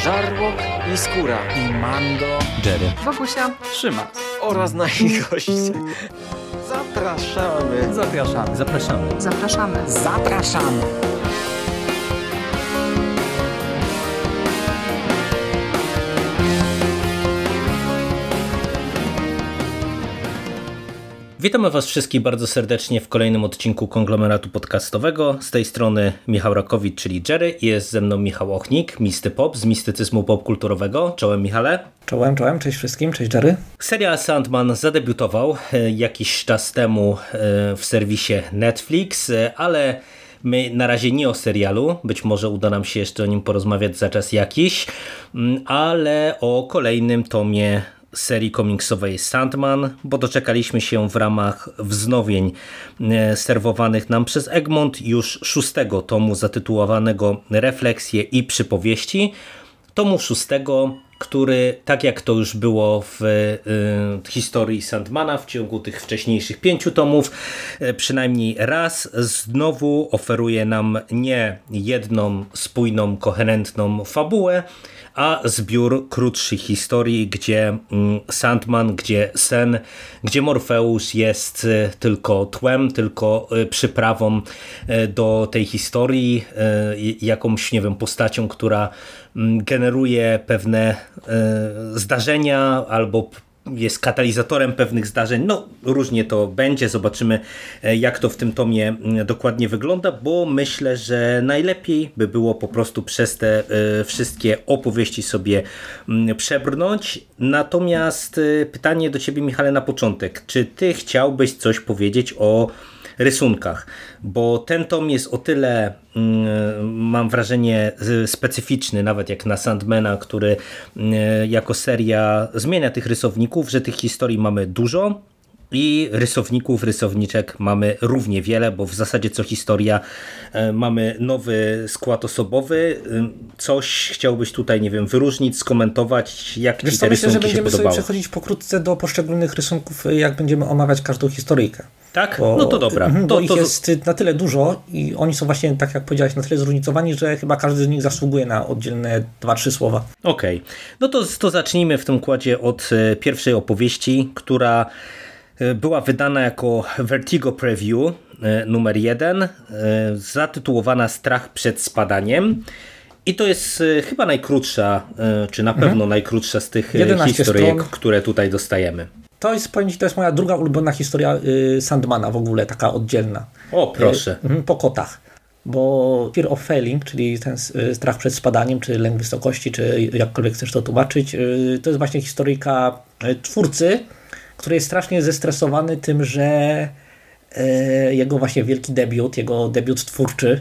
Żarłok i Skóra i Mando, Jerry, Wokusia, Szymas oraz nasi goście. Zapraszamy. Zapraszamy. zapraszamy. zapraszamy. Zapraszamy. Witamy Was wszystkich bardzo serdecznie w kolejnym odcinku Konglomeratu Podcastowego. Z tej strony Michał Rakowicz, czyli Jerry, i jest ze mną Michał Ochnik, Misty Pop z mistycyzmu popkulturowego. Czołem, Michale. Czołem, cześć wszystkim, cześć Jerry. Serial Sandman zadebiutował jakiś czas temu w serwisie Netflix, ale my na razie nie o serialu, być może uda nam się jeszcze o nim porozmawiać za czas jakiś, ale o kolejnym tomie serii komiksowej Sandman, bo doczekaliśmy się w ramach wznowień serwowanych nam przez Egmont już 6. tomu zatytułowanego Refleksje i przypowieści. Tomu 6, który, tak jak to już było w historii Sandmana w ciągu tych wcześniejszych 5 tomów, przynajmniej raz znowu oferuje nam nie jedną spójną, koherentną fabułę, a zbiór krótszych historii, gdzie Sandman, gdzie Sen, gdzie Morfeusz jest tylko tłem, tylko przyprawą do tej historii, jakąś, nie wiem, postacią, która generuje pewne zdarzenia albo jest katalizatorem pewnych zdarzeń. No, różnie to będzie. Zobaczymy, jak to w tym tomie dokładnie wygląda, bo myślę, że najlepiej by było po prostu przez te wszystkie opowieści sobie przebrnąć. Natomiast pytanie do Ciebie, Michale, na początek. Czy Ty chciałbyś coś powiedzieć o rysunkach? Bo ten tom jest o tyle, mam wrażenie, specyficzny, nawet jak na Sandmana, który jako seria zmienia tych rysowników, że tych historii mamy dużo i rysowniczek mamy równie wiele, bo w zasadzie co historia mamy nowy skład osobowy. Coś chciałbyś tutaj, nie wiem, wyróżnić, skomentować, jak Ci te myślę, że rysunki się będziemy podobały? sobie przechodzić pokrótce do poszczególnych rysunków, jak będziemy omawiać każdą historyjkę. Tak? No to dobra. Bo ich jest na tyle dużo i oni są właśnie, tak jak powiedziałeś, na tyle zróżnicowani, że chyba każdy z nich zasługuje na oddzielne 2-3 słowa. Okej. No to zacznijmy w tym układzie od pierwszej opowieści, która była wydana jako Vertigo Preview numer 1, zatytułowana Strach przed spadaniem. I to jest chyba najkrótsza, czy na pewno najkrótsza z tych historyjek, które tutaj dostajemy. To jest moja druga ulubiona historia Sandmana w ogóle, taka oddzielna. O, proszę. Po kotach. Bo Fear of Failing, czyli ten strach przed spadaniem, czy lęk wysokości, czy jakkolwiek chcesz to tłumaczyć, to jest właśnie historyjka twórcy, który jest strasznie zestresowany tym, że jego właśnie wielki debiut, jego debiut twórczy,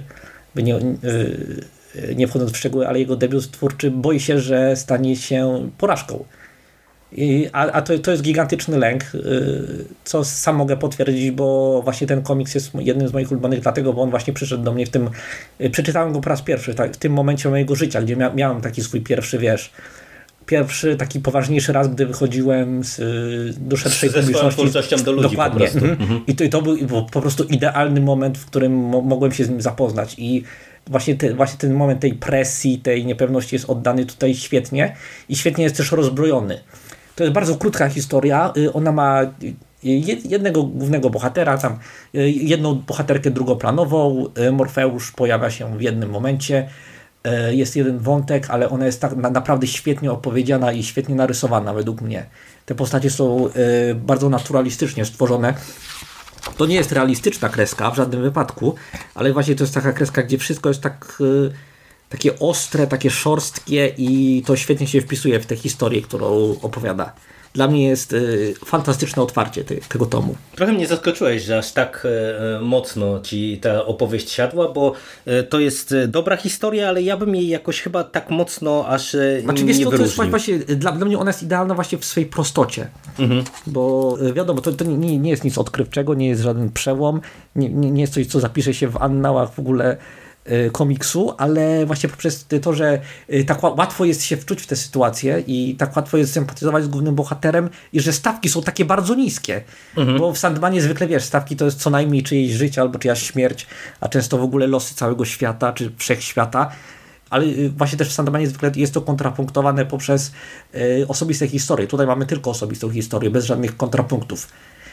nie wchodząc w szczegóły, ale jego debiut twórczy boi się, że stanie się porażką. A to jest gigantyczny lęk, co sam mogę potwierdzić, bo właśnie ten komiks jest jednym z moich ulubionych, dlatego, bo on właśnie przyszedł do mnie przeczytałem go po raz pierwszy, w tym momencie mojego życia, gdzie miałem taki swój pierwszy taki poważniejszy raz, gdy wychodziłem z do szerszej publiczności. Do ludzi. Dokładnie. I to był po prostu idealny moment, w którym mogłem się z nim zapoznać. I właśnie ten moment tej presji, tej niepewności jest oddany tutaj świetnie i świetnie jest też rozbrojony. To jest bardzo krótka historia. Ona ma jednego głównego bohatera, tam jedną bohaterkę drugoplanową. Morfeusz pojawia się w jednym momencie. Jest jeden wątek, ale ona jest tak naprawdę świetnie opowiedziana i świetnie narysowana według mnie. Te postacie są bardzo naturalistycznie stworzone. To nie jest realistyczna kreska w żadnym wypadku, ale właśnie to jest taka kreska, gdzie wszystko jest takie ostre, takie szorstkie i to świetnie się wpisuje w tę historię, którą opowiada. Dla mnie jest fantastyczne otwarcie tego tomu. Trochę mnie zaskoczyłeś, że aż tak mocno Ci ta opowieść siadła, bo to jest dobra historia, ale ja bym jej jakoś chyba tak mocno aż nie wyróżnił. To jest właśnie, dla mnie ona jest idealna właśnie w swojej prostocie. Bo wiadomo, to nie jest nic odkrywczego, nie jest żaden przełom, nie jest coś, co zapisze się w annałach w ogóle komiksu, ale właśnie poprzez to, że tak łatwo jest się wczuć w tę sytuację i tak łatwo jest sympatyzować z głównym bohaterem i że stawki są takie bardzo niskie. Bo w Sandmanie zwykle, wiesz, stawki to jest co najmniej czyjeś życie albo czyjaś śmierć, a często w ogóle losy całego świata czy wszechświata. ale właśnie też w Sandmanie zwykle jest to kontrapunktowane poprzez osobiste historie. Tutaj mamy tylko osobistą historię, bez żadnych kontrapunktów.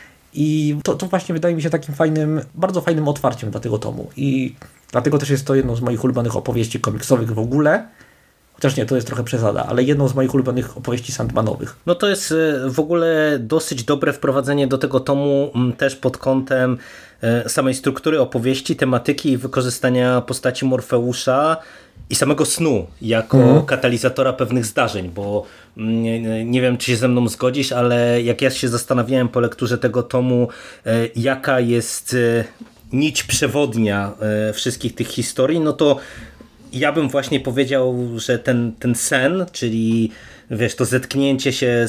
I to właśnie wydaje mi się takim bardzo fajnym otwarciem dla tego tomu. I dlatego też jest to jedną z moich ulubionych opowieści komiksowych w ogóle. Chociaż nie, to jest trochę przesada, ale jedną z moich ulubionych opowieści Sandmanowych. No to jest w ogóle dosyć dobre wprowadzenie do tego tomu też pod kątem samej struktury opowieści, tematyki i wykorzystania postaci Morfeusza i samego snu jako katalizatora pewnych zdarzeń, bo nie wiem, czy się ze mną zgodzisz, ale jak ja się zastanawiałem po lekturze tego tomu, jaka jest nić przewodnia wszystkich tych historii, no to ja bym właśnie powiedział, że ten sen, czyli wiesz, to zetknięcie się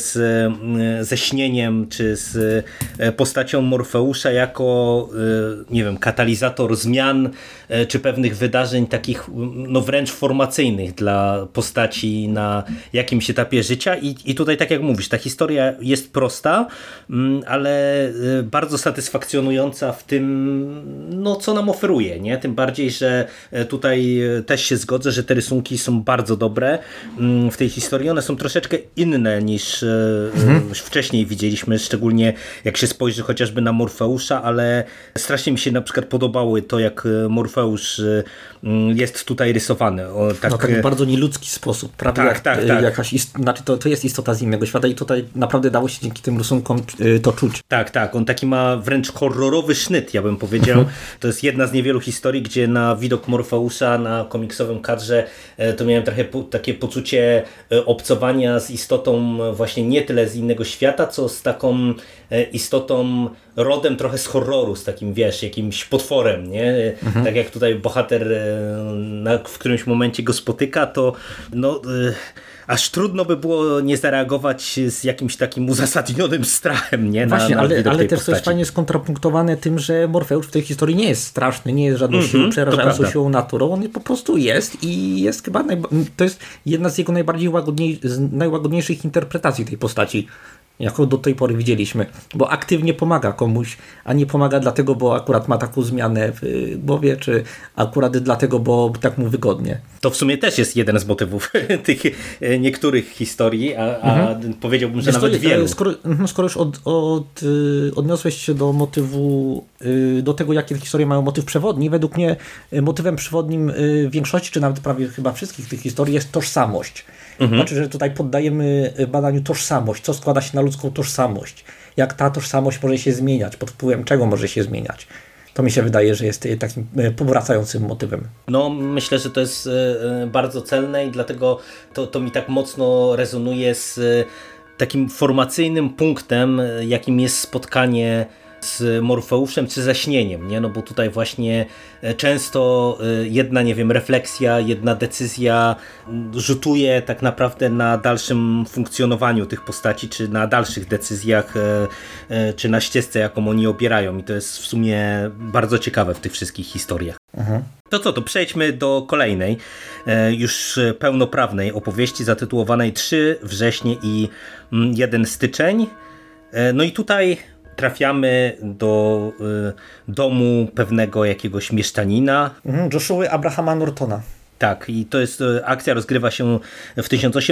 ze śnieniem, czy z postacią Morfeusza jako, nie wiem, katalizator zmian, czy pewnych wydarzeń takich, no wręcz formacyjnych dla postaci na jakimś etapie życia. I tutaj, tak jak mówisz, ta historia jest prosta, ale bardzo satysfakcjonująca w tym, no co nam oferuje, nie? Tym bardziej, że tutaj też się zgodzę, że te rysunki są bardzo dobre w tej historii. One są troszeczkę inne niż wcześniej widzieliśmy, szczególnie jak się spojrzy chociażby na Morfeusza, ale strasznie mi się na przykład podobało to, jak Morfeusz jest tutaj rysowany. Tak w bardzo nieludzki sposób, prawda? Tak. Znaczy to jest istota z innego świata i tutaj naprawdę dało się dzięki tym rysunkom to czuć. Tak. On taki ma wręcz horrorowy sznyt, ja bym powiedział. To jest jedna z niewielu historii, gdzie na widok Morfeusza na komiksowym kadrze to miałem trochę takie poczucie obcowania z istotą właśnie nie tyle z innego świata, co z taką istotą rodem trochę z horroru, z takim, wiesz, jakimś potworem, nie? Tak jak tutaj bohater w którymś momencie go spotyka, to no aż trudno by było nie zareagować z jakimś takim uzasadnionym strachem, nie? Właśnie, ale też to jest postaci. fajnie skontrapunktowane tym, że Morfeusz w tej historii nie jest straszny, nie jest żadną siłą przerażającą siłą naturą, on po prostu jest i jest chyba to jest jedna z jego najłagodniejszych interpretacji tej postaci, jaką do tej pory widzieliśmy, bo aktywnie pomaga komuś, a nie pomaga dlatego, bo akurat ma taką zmianę w głowie, czy akurat dlatego, bo tak mu wygodnie. To w sumie też jest jeden z motywów tych niektórych historii, a powiedziałbym, że nawet wielu. Skoro już odniosłeś się do motywu, do tego, jakie historie mają motyw przewodni, według mnie motywem przewodnim większości, czy nawet prawie chyba wszystkich tych historii jest tożsamość. Znaczy, że tutaj poddajemy badaniu tożsamość, co składa się na ludzką tożsamość, jak ta tożsamość może się zmieniać, pod wpływem czego może się zmieniać. To mi się wydaje, że jest takim powracającym motywem. No, myślę, że to jest bardzo celne i dlatego to mi tak mocno rezonuje z takim formacyjnym punktem, jakim jest spotkanie z Morfeuszem czy ze śnieniem, nie? No bo tutaj właśnie często jedna, nie wiem, refleksja, jedna decyzja rzutuje tak naprawdę na dalszym funkcjonowaniu tych postaci, czy na dalszych decyzjach, czy na ścieżce, jaką oni obierają i to jest w sumie bardzo ciekawe w tych wszystkich historiach. To co, to przejdźmy do kolejnej, już pełnoprawnej opowieści zatytułowanej 3 wrześnie i 1 styczeń. No i tutaj trafiamy do domu pewnego jakiegoś mieszczanina. Joshua Abrahama Nortona. Tak, i to jest akcja rozgrywa się w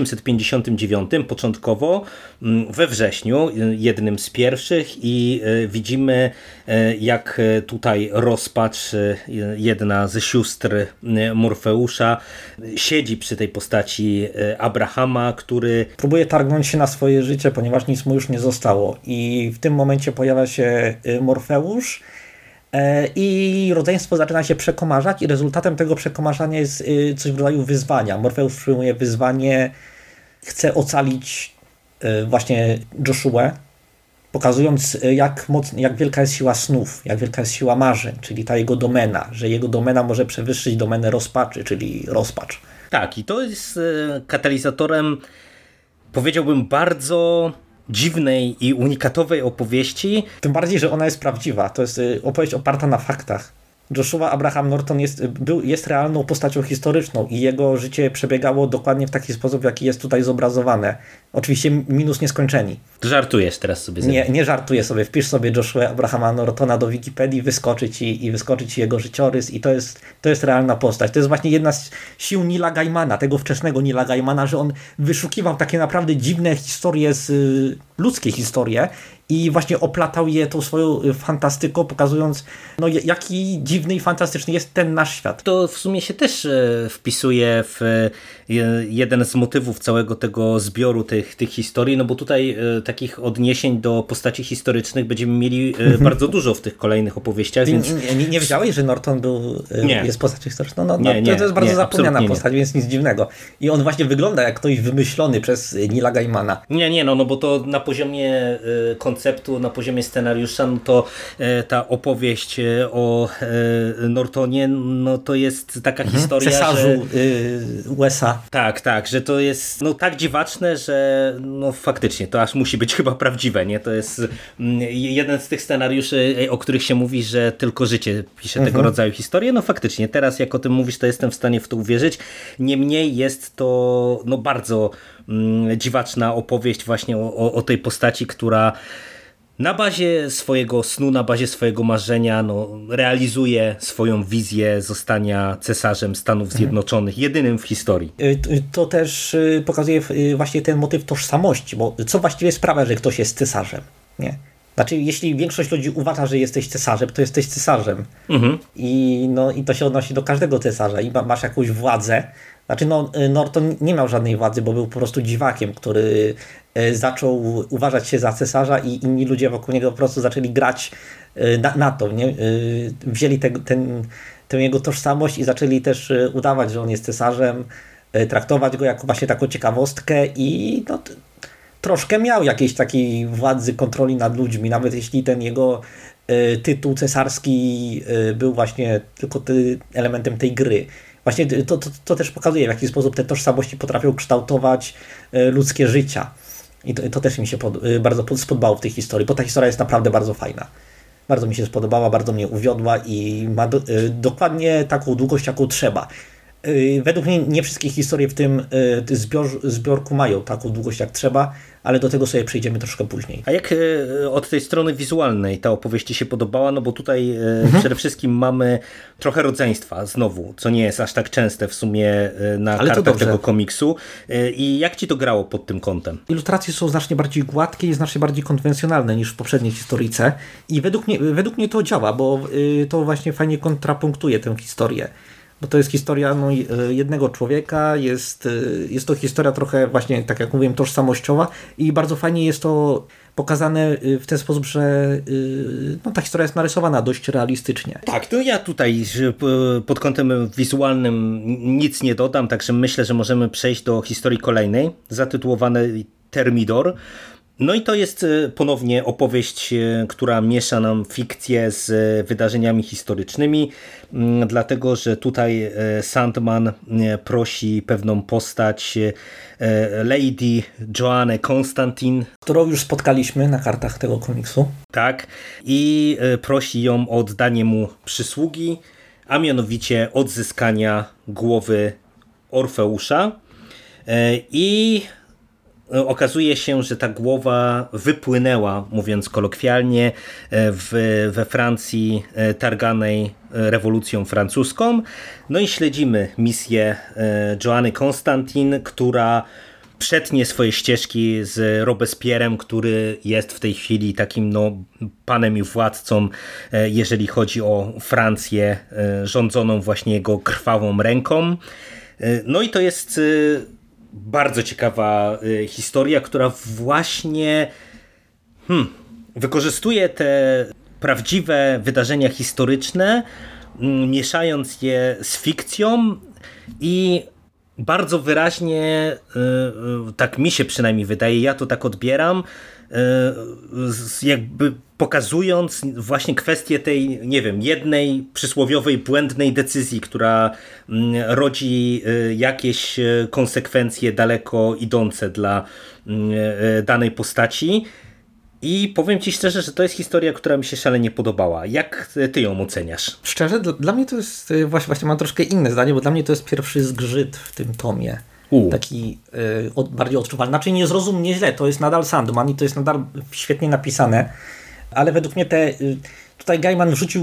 1859 początkowo we wrześniu, jednym z pierwszych i widzimy jak tutaj rozpacz jedna ze sióstr Morfeusza siedzi przy tej postaci Abrahama, który próbuje targnąć się na swoje życie, ponieważ nic mu już nie zostało i w tym momencie pojawia się Morfeusz i rodzeństwo zaczyna się przekomarzać i rezultatem tego przekomarzania jest coś w rodzaju wyzwania. Morfeusz przyjmuje wyzwanie, chce ocalić właśnie Joshuę, pokazując jak wielka jest siła snów, jak wielka jest siła marzeń, czyli ta jego domena, że jego domena może przewyższyć domenę rozpaczy, czyli rozpacz. Tak, i to jest katalizatorem, powiedziałbym, bardzo dziwnej i unikatowej opowieści. Tym bardziej, że ona jest prawdziwa. To jest opowieść oparta na faktach. Joshua Abraham Norton jest realną postacią historyczną i jego życie przebiegało dokładnie w taki sposób, w jaki jest tutaj zobrazowane. Oczywiście minus nieskończeni. Żartujesz teraz sobie ze mną. Nie żartuję sobie. Wpisz sobie Joshua Abrahama Nortona do Wikipedii, wyskoczy ci jego życiorys i to jest realna postać. To jest właśnie jedna z sił Neila Gaimana, tego wczesnego Neila Gaimana, że on wyszukiwał takie naprawdę dziwne historie, ludzkie historie i właśnie oplatał je tą swoją fantastyką, pokazując, no jaki dziwny i fantastyczny jest ten nasz świat. To w sumie się też wpisuje w jeden z motywów całego tego zbioru tych historii, no bo tutaj takich odniesień do postaci historycznych będziemy mieli bardzo dużo w tych kolejnych opowieściach. Więc... Nie wiedziałeś, że Norton jest postacią historyczną? To jest bardzo nie, zapomniana postać, więc nic dziwnego. I on właśnie wygląda jak ktoś wymyślony przez Neila Gaimana. No bo to na poziomie konceptu, na poziomie scenariusza, no to ta opowieść o Nortonie, no to jest taka historia, cesarzu USA. Tak, że to jest tak dziwaczne, że no faktycznie to aż musi być chyba prawdziwe, nie? To jest jeden z tych scenariuszy, o których się mówi, że tylko życie pisze tego rodzaju historie. No faktycznie, teraz jak o tym mówisz, to jestem w stanie w to uwierzyć. Niemniej jest to bardzo dziwaczna opowieść właśnie o tej postaci, która na bazie swojego snu, na bazie swojego marzenia realizuje swoją wizję zostania cesarzem Stanów Zjednoczonych, jedynym w historii. To też pokazuje właśnie ten motyw tożsamości, bo co właściwie sprawia, że ktoś jest cesarzem, nie? Znaczy, jeśli większość ludzi uważa, że jesteś cesarzem, to jesteś cesarzem. I to się odnosi do każdego cesarza i masz jakąś władzę. Znaczy, Norton nie miał żadnej władzy, bo był po prostu dziwakiem, który zaczął uważać się za cesarza i inni ludzie wokół niego po prostu zaczęli grać na to, nie? Wzięli tę jego tożsamość i zaczęli też udawać, że on jest cesarzem, traktować go jako właśnie taką ciekawostkę i troszkę miał jakiejś takiej władzy, kontroli nad ludźmi, nawet jeśli ten jego tytuł cesarski był właśnie tylko elementem tej gry. Właśnie to też pokazuje, w jaki sposób te tożsamości potrafią kształtować ludzkie życia. I to też mi się bardzo spodobało w tej historii, bo ta historia jest naprawdę bardzo fajna. Bardzo mi się spodobała, bardzo mnie uwiodła i ma dokładnie taką długość, jaką trzeba. Według mnie nie wszystkie historie w tym zbiorku mają taką długość jak trzeba, ale do tego sobie przejdziemy troszkę później. A jak od tej strony wizualnej ta opowieść Ci się podobała? No bo tutaj przede wszystkim mamy trochę rodzeństwa znowu, co nie jest aż tak częste w sumie na kartach tego komiksu. I jak Ci to grało pod tym kątem? Ilustracje są znacznie bardziej gładkie i znacznie bardziej konwencjonalne niż w poprzedniej historyjce i według mnie to działa, bo to właśnie fajnie kontrapunktuje tę historię. Bo to jest historia jednego człowieka, jest to historia trochę właśnie, tak jak mówiłem, tożsamościowa i bardzo fajnie jest to pokazane w ten sposób, że ta historia jest narysowana dość realistycznie. Tak, to ja tutaj pod kątem wizualnym nic nie dodam, także myślę, że możemy przejść do historii kolejnej, zatytułowanej Thermidor. No i to jest ponownie opowieść, która miesza nam fikcję z wydarzeniami historycznymi, dlatego że tutaj Sandman prosi pewną postać, Lady Joannę Constantine, którą już spotkaliśmy na kartach tego komiksu. Tak, i prosi ją o oddanie mu przysługi, a mianowicie odzyskania głowy Orfeusza. I okazuje się, że ta głowa wypłynęła, mówiąc kolokwialnie, we Francji targanej rewolucją francuską. No i śledzimy misję Joanny Constantine, która przetnie swoje ścieżki z Robespierrem, który jest w tej chwili takim panem i władcą, jeżeli chodzi o Francję rządzoną właśnie jego krwawą ręką. No i to jest bardzo ciekawa historia, która właśnie wykorzystuje te prawdziwe wydarzenia historyczne, mieszając je z fikcją i bardzo wyraźnie, tak mi się przynajmniej wydaje, ja to tak odbieram, jakby pokazując właśnie kwestię tej, nie wiem, jednej przysłowiowej błędnej decyzji, która rodzi jakieś konsekwencje daleko idące dla danej postaci. I powiem ci szczerze, że to jest historia, która mi się szalenie podobała. Jak ty ją oceniasz? Szczerze, dla mnie to jest, właśnie mam troszkę inne zdanie, bo dla mnie to jest pierwszy zgrzyt w tym tomie. Taki bardziej odczuwalny. Znaczy nie zrozum mnie źle, to jest nadal Sandman i to jest nadal świetnie napisane, ale według mnie tutaj Gaiman wrzucił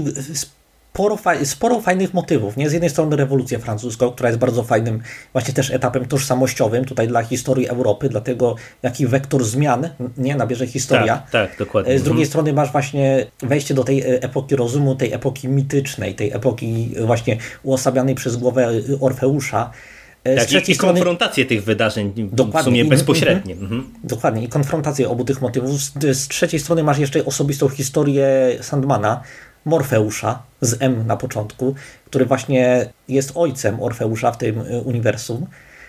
sporo fajnych motywów. Nie? Z jednej strony rewolucję francuską, która jest bardzo fajnym właśnie też etapem tożsamościowym tutaj dla historii Europy, dlatego jaki wektor zmian nabierze historia. Tak, dokładnie. Z drugiej strony masz właśnie wejście do tej epoki rozumu, tej epoki mitycznej, tej epoki właśnie uosabianej przez głowę Orfeusza. Tak, i konfrontację tych wydarzeń dokładnie, w sumie bezpośrednie. Dokładnie, i konfrontację obu tych motywów. Z trzeciej strony masz jeszcze osobistą historię Sandmana, Morfeusza z M na początku, który właśnie jest ojcem Orfeusza w tym uniwersum.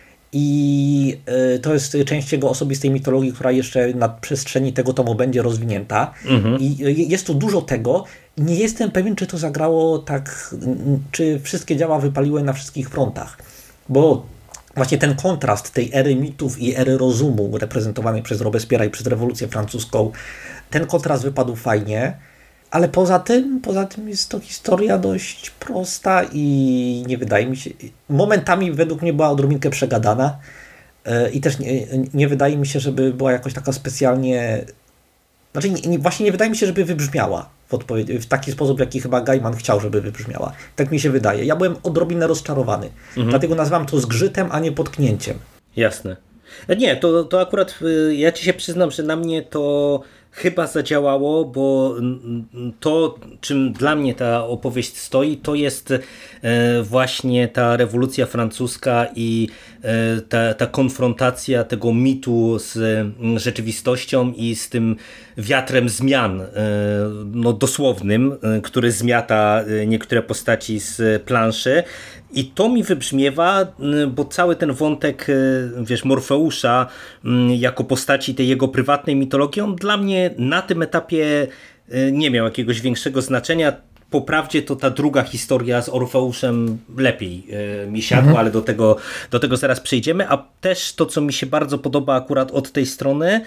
I to jest część jego osobistej mitologii, która jeszcze na przestrzeni tego tomu będzie rozwinięta. I jest tu dużo tego. Nie jestem pewien, czy to zagrało tak, czy wszystkie działa wypaliły na wszystkich frontach. Bo właśnie ten kontrast tej ery mitów i ery rozumu reprezentowanej przez Robespierre'a i przez rewolucję francuską, ten kontrast wypadł fajnie, ale poza tym jest to historia dość prosta i nie wydaje mi się, momentami według mnie była odrobinkę przegadana i też nie wydaje mi się, żeby była jakoś taka specjalnie, znaczy właśnie nie wydaje mi się, żeby wybrzmiała w taki sposób, w jaki chyba Gaiman chciał, żeby wybrzmiała. Tak mi się wydaje. Ja byłem odrobinę rozczarowany. Dlatego nazwałem to zgrzytem, a nie potknięciem. Jasne. Nie, to akurat ja ci się przyznam, że na mnie to chyba zadziałało, bo to, czym dla mnie ta opowieść stoi, to jest właśnie ta rewolucja francuska i ta konfrontacja tego mitu z rzeczywistością i z tym wiatrem zmian, no dosłownym, który zmiata niektóre postaci z planszy. I to mi wybrzmiewa, bo cały ten wątek, wiesz, Morfeusza jako postaci tej jego prywatnej mitologii, on dla mnie na tym etapie nie miał jakiegoś większego znaczenia. Po prawdzie to ta druga historia z Orfeuszem lepiej mi siadła, ale do tego zaraz przejdziemy. A też to, co mi się bardzo podoba akurat od tej strony,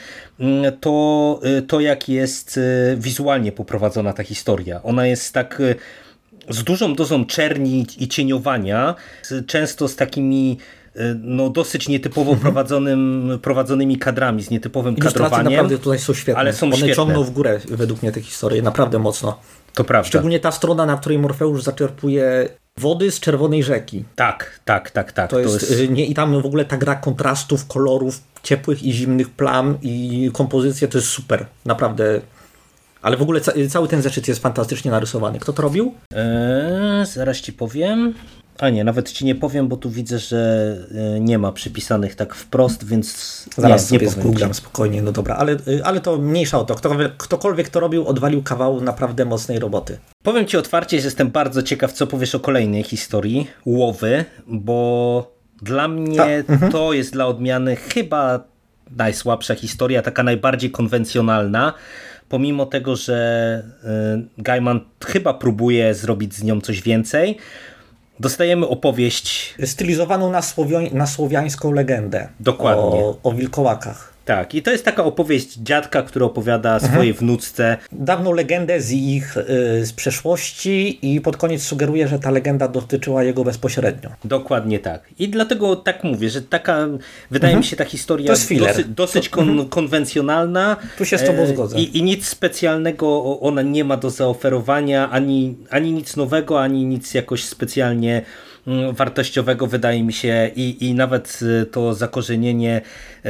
to jak jest wizualnie poprowadzona ta historia. Ona jest tak z dużą dozą czerni i cieniowania, często z takimi no, dosyć nietypowo prowadzonymi kadrami, z nietypowym kadrowaniem. Naprawdę tutaj są świetne. Ale są One świetne. ciągną w górę według mnie te historie, naprawdę mocno. To prawda. Szczególnie ta strona, na której Morfeusz zaczerpuje wody z Czerwonej Rzeki. Tak. To jest... I tam w ogóle ta gra kontrastów, kolorów, ciepłych i zimnych plam i kompozycja to jest super. Naprawdę. Ale w ogóle cały ten zeszyt jest fantastycznie narysowany. Kto to robił? Zaraz ci powiem. A nie, nawet ci nie powiem, bo tu widzę, że nie ma przypisanych tak wprost, więc zaraz nie sobie powiem zgooglam ci. spokojnie, no dobra, ale to mniejsza o to. Ktokolwiek to robił, odwalił kawał naprawdę mocnej roboty. Powiem ci otwarcie, że jestem bardzo ciekaw, co powiesz o kolejnej historii, Łowy, bo dla mnie to jest dla odmiany chyba najsłabsza historia, taka najbardziej konwencjonalna. Pomimo tego, że Gaiman chyba próbuje zrobić z nią coś więcej, dostajemy opowieść stylizowaną na słowiańską legendę. Dokładnie. O wilkołakach. Tak, i to jest taka opowieść dziadka, który opowiada swojej wnuczce dawną legendę z przeszłości i pod koniec sugeruje, że ta legenda dotyczyła jego bezpośrednio. Dokładnie tak. I dlatego tak mówię, że taka, wydaje mi się ta historia dosyć konwencjonalna. Tu się z tobą zgodzę. I nic specjalnego ona nie ma do zaoferowania, ani nic nowego, ani nic jakoś specjalnie wartościowego, wydaje mi się, i nawet to zakorzenienie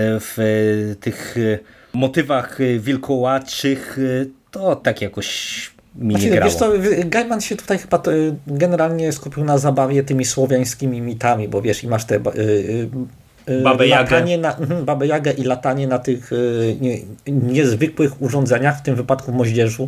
w tych motywach wilkołaczych to tak jakoś mi nie grało. Wiesz co, Gaiman się tutaj chyba generalnie skupił na zabawie tymi słowiańskimi mitami, bo wiesz, i masz te Babę Jagę i latanie na tych niezwykłych urządzeniach, w tym wypadku moździerzu.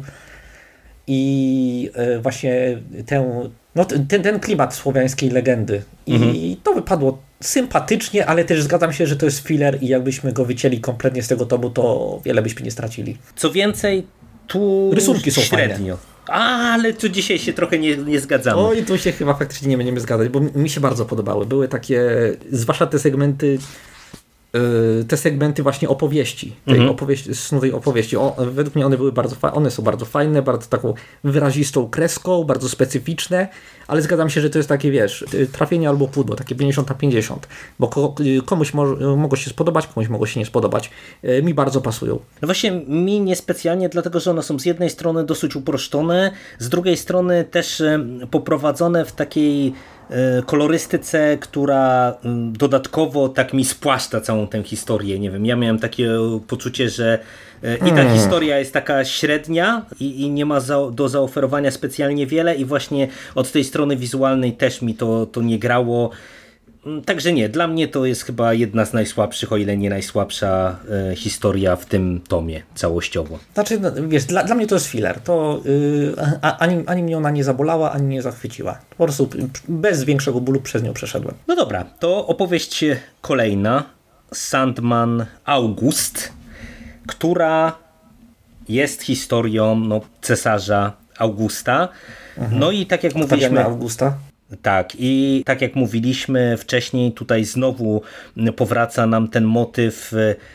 I właśnie ten klimat słowiańskiej legendy. I to wypadło sympatycznie, ale też zgadzam się, że to jest filler i jakbyśmy go wycięli kompletnie z tego tomu, to wiele byśmy nie stracili. Co więcej, tu rysunki są średnio. Ale tu dzisiaj się trochę nie zgadzamy. Oj, tu się chyba faktycznie nie będziemy zgadzać, bo mi się bardzo podobały. Były takie, zwłaszcza te segmenty te segmenty właśnie opowieści, tej opowieści, snuwej opowieści. Według mnie one były one są bardzo fajne, bardzo taką wyrazistą kreską, bardzo specyficzne, ale zgadzam się, że to jest takie, wiesz, trafienie albo pudło, takie 50-50, bo komuś mogło się spodobać, komuś mogło się nie spodobać. Mi bardzo pasują. No właśnie mi niespecjalnie, dlatego że one są z jednej strony dosyć uproszczone, z drugiej strony też poprowadzone w takiej kolorystyce, która dodatkowo tak mi spłaszcza całą tę historię. Nie wiem, ja miałem takie poczucie, że i ta historia jest taka średnia i nie ma do zaoferowania specjalnie wiele i właśnie od tej strony wizualnej też mi to nie grało. Także nie, dla mnie to jest chyba jedna z najsłabszych, o ile nie najsłabsza historia w tym tomie całościowo. Znaczy, no, wiesz, dla mnie to jest filler. To ani mnie ona nie zabolała, ani nie zachwyciła. Po prostu bez większego bólu przez nią przeszedłem. No dobra, to opowieść kolejna. Sandman August, która jest historią cesarza Augusta. No i tak jak mówiliśmy... Augusta. Tak, i tak jak mówiliśmy wcześniej, tutaj znowu powraca nam ten motyw,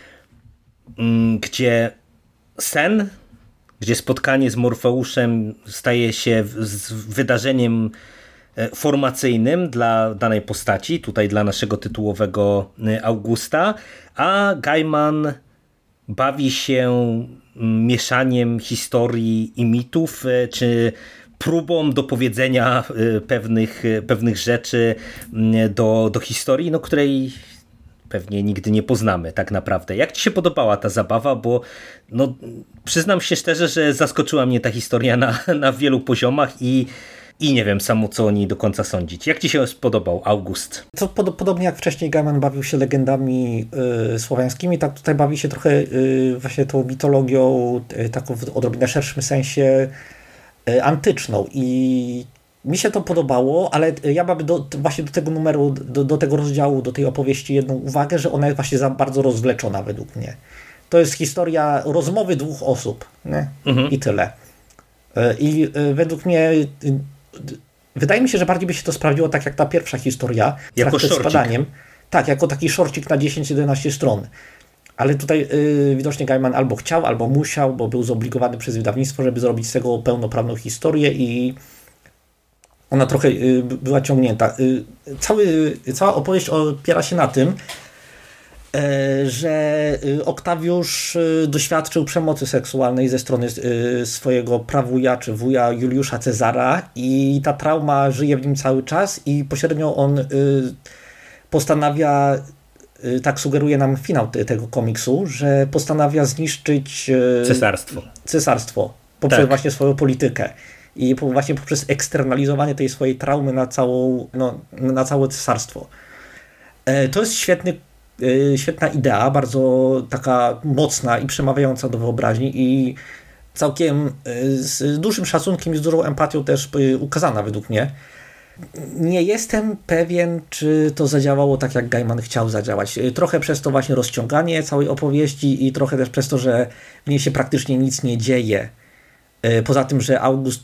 gdzie sen, gdzie spotkanie z Morfeuszem staje się wydarzeniem formacyjnym dla danej postaci, tutaj dla naszego tytułowego Augusta, a Gaiman bawi się mieszaniem historii i mitów, czy próbą dopowiedzenia pewnych rzeczy do historii, której pewnie nigdy nie poznamy tak naprawdę. Jak ci się podobała ta zabawa? Bo przyznam się szczerze, że zaskoczyła mnie ta historia na wielu poziomach i nie wiem samo, co o niej do końca sądzić. Jak ci się spodobał August? To podobnie jak wcześniej Gaiman bawił się legendami słowiańskimi, tak tutaj bawi się trochę właśnie tą mitologią, taką w odrobinę szerszym sensie antyczną i mi się to podobało, ale ja mam właśnie do tego numeru, do tego rozdziału, do tej opowieści jedną uwagę, że ona jest właśnie za bardzo rozwleczona według mnie. To jest historia rozmowy dwóch osób, nie? I tyle. I według mnie wydaje mi się, że bardziej by się to sprawdziło tak jak ta pierwsza historia jako z padaniem. Tak, jako taki szorcik na 10-11 stron. Ale tutaj widocznie Gaiman albo chciał, albo musiał, bo był zobligowany przez wydawnictwo, żeby zrobić z tego pełnoprawną historię i ona trochę była ciągnięta. Cała opowieść opiera się na tym, że Oktawiusz doświadczył przemocy seksualnej ze strony swojego prawuja czy wuja Juliusza Cezara i ta trauma żyje w nim cały czas i pośrednio on postanawia, tak sugeruje nam finał tego komiksu, że postanawia zniszczyć cesarstwo poprzez właśnie swoją politykę i właśnie poprzez eksternalizowanie tej swojej traumy na całe cesarstwo. To jest świetna idea, bardzo taka mocna i przemawiająca do wyobraźni i całkiem z dużym szacunkiem i z dużą empatią też ukazana według mnie. Nie jestem pewien, czy to zadziałało tak, jak Gaiman chciał zadziałać. Trochę przez to właśnie rozciąganie całej opowieści i trochę też przez to, że w niej się praktycznie nic nie dzieje. Poza tym, że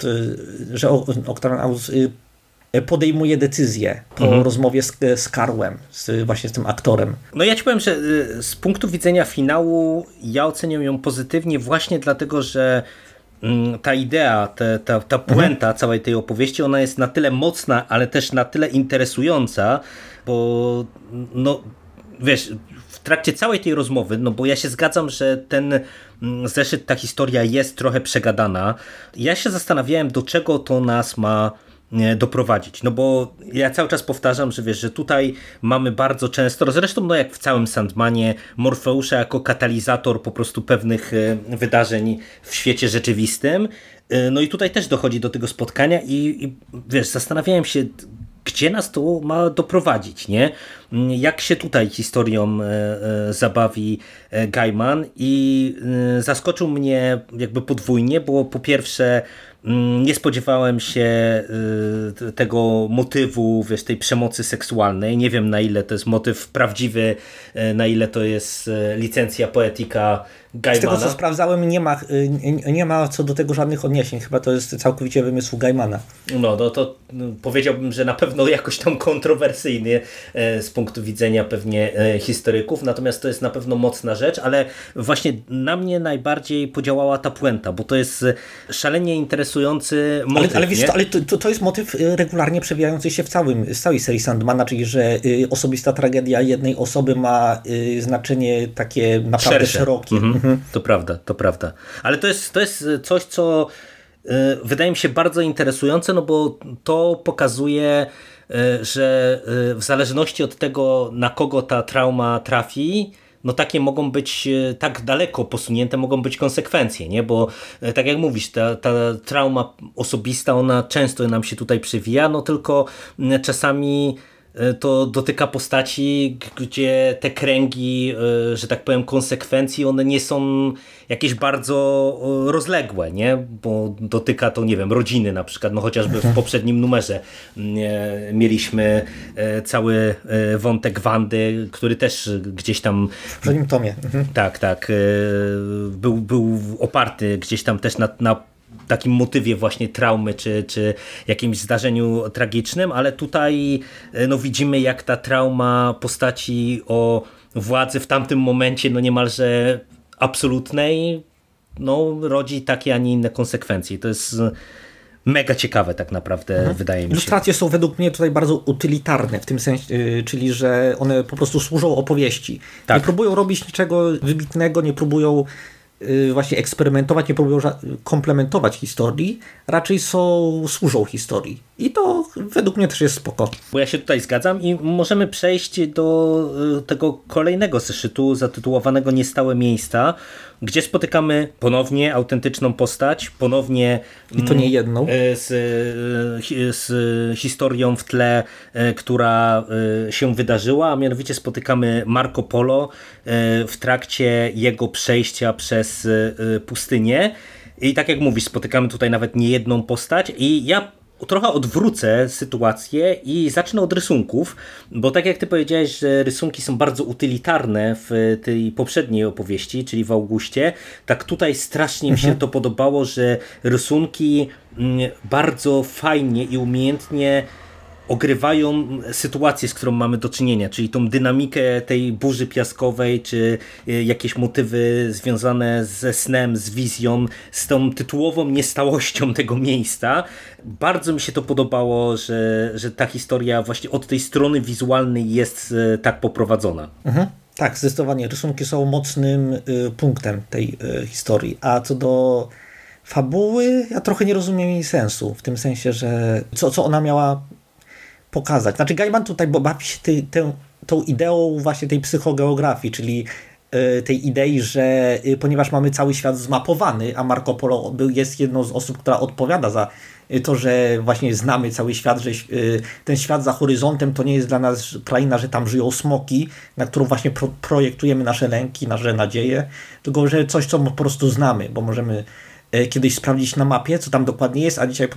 Octavian August podejmuje decyzję po rozmowie z Karłem, właśnie z tym aktorem. No ja ci powiem, że z punktu widzenia finału ja oceniam ją pozytywnie właśnie dlatego, że ta idea, ta puenta całej tej opowieści, ona jest na tyle mocna, ale też na tyle interesująca, bo wiesz, w trakcie całej tej rozmowy, bo ja się zgadzam, że ten zeszyt, ta historia jest trochę przegadana. Ja się zastanawiałem, do czego to nas ma doprowadzić. Bo ja cały czas powtarzam, że wiesz, że tutaj mamy bardzo często, zresztą jak w całym Sandmanie, Morfeusza jako katalizator po prostu pewnych wydarzeń w świecie rzeczywistym. No i tutaj też dochodzi do tego spotkania i wiesz, zastanawiałem się, gdzie nas to ma doprowadzić, nie? Jak się tutaj historią zabawi Gaiman i zaskoczył mnie jakby podwójnie, bo po pierwsze nie spodziewałem się tego motywu, wiesz, tej przemocy seksualnej. Nie wiem, na ile to jest motyw prawdziwy, na ile to jest licencja poetyka Gaimana. Z tego, co sprawdzałem, nie ma co do tego żadnych odniesień. Chyba to jest całkowicie wymysł Gaimana. To powiedziałbym, że na pewno jakoś tam kontrowersyjnie z punktu punktu widzenia pewnie historyków, natomiast to jest na pewno mocna rzecz, ale właśnie na mnie najbardziej podziałała ta puenta, bo to jest szalenie interesujący motyw. Ale wiesz co, ale to jest motyw regularnie przewijający się w całej serii Sandmana, czyli że osobista tragedia jednej osoby ma znaczenie takie naprawdę szerokie. To prawda. Ale to jest coś, co wydaje mi się bardzo interesujące, no bo to pokazuje, że w zależności od tego, na kogo ta trauma trafi, no takie mogą być, tak daleko posunięte mogą być konsekwencje, nie? Bo tak jak mówisz, ta trauma osobista, ona często nam się tutaj przewija, no tylko czasami to dotyka postaci, gdzie te kręgi, że tak powiem, konsekwencji, one nie są jakieś bardzo rozległe, nie? Bo dotyka to, nie wiem, rodziny na przykład, no chociażby w poprzednim numerze mieliśmy cały wątek Wandy, który też gdzieś tam... W poprzednim tomie. Tak. Był oparty gdzieś tam też na takim motywie właśnie traumy, czy jakimś zdarzeniu tragicznym, ale tutaj no, widzimy, jak ta trauma postaci o władzy w tamtym momencie no niemalże absolutnej no, rodzi takie, a nie inne konsekwencje. To jest mega ciekawe tak naprawdę, wydaje mi się. Ilustracje są według mnie tutaj bardzo utylitarne w tym sensie, czyli że one po prostu służą opowieści. Tak. Nie próbują robić niczego wybitnego, nie próbują właśnie eksperymentować, nie próbują komplementować historii, raczej służą historii. I to według mnie też jest spoko. Bo ja się tutaj zgadzam i możemy przejść do tego kolejnego zeszytu zatytułowanego Niestałe miejsca, gdzie spotykamy ponownie autentyczną postać, ponownie i to nie jedną z historią w tle, która się wydarzyła, a mianowicie spotykamy Marco Polo w trakcie jego przejścia przez pustynię i tak jak mówisz, spotykamy tutaj nawet nie jedną postać i ja trochę odwrócę sytuację i zacznę od rysunków, bo tak jak ty powiedziałeś, że rysunki są bardzo utylitarne w tej poprzedniej opowieści, czyli w Augustie, tak tutaj strasznie mi się to podobało, że rysunki bardzo fajnie i umiejętnie ogrywają sytuację, z którą mamy do czynienia, czyli tą dynamikę tej burzy piaskowej, czy jakieś motywy związane ze snem, z wizją, z tą tytułową niestałością tego miejsca. Bardzo mi się to podobało, że ta historia właśnie od tej strony wizualnej jest tak poprowadzona. Tak, zdecydowanie. Rysunki są mocnym punktem tej historii. A co do fabuły, ja trochę nie rozumiem jej sensu, w tym sensie, że co ona miała pokazać. Znaczy Gaiman tutaj bawi się tą ideą właśnie tej psychogeografii, czyli tej idei, że ponieważ mamy cały świat zmapowany, a Marco Polo jest jedną z osób, która odpowiada za to, że właśnie znamy cały świat, że ten świat za horyzontem to nie jest dla nas kraina, że tam żyją smoki, na którą właśnie projektujemy nasze lęki, nasze nadzieje, tylko że coś, co po prostu znamy, bo możemy kiedyś sprawdzić na mapie, co tam dokładnie jest, a dzisiaj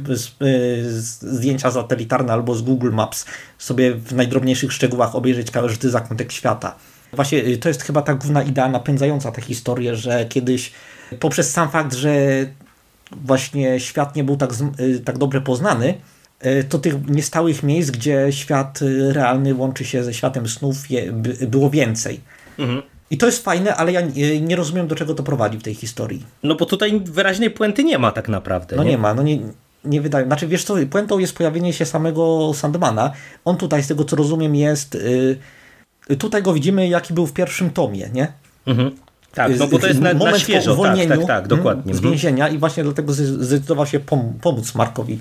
zdjęcia satelitarne albo z Google Maps sobie w najdrobniejszych szczegółach obejrzeć każdy zakątek świata. Właśnie to jest chyba ta główna idea napędzająca tę historię, że kiedyś poprzez sam fakt, że właśnie świat nie był tak dobrze poznany, to tych niestałych miejsc, gdzie świat realny łączy się ze światem snów, było więcej. I to jest fajne, ale ja nie rozumiem, do czego to prowadzi w tej historii. No bo tutaj wyraźnej puenty nie ma tak naprawdę. No nie ma, no nie wydaje. Znaczy wiesz co, puentą jest pojawienie się samego Sandmana. On tutaj, z tego co rozumiem, jest... Tutaj go widzimy, jaki był w pierwszym tomie, nie? Tak, no bo to jest na świeżo. Po uwolnieniu tak, dokładnie. Z więzienia i właśnie dlatego zdecydował się pomóc Markowi.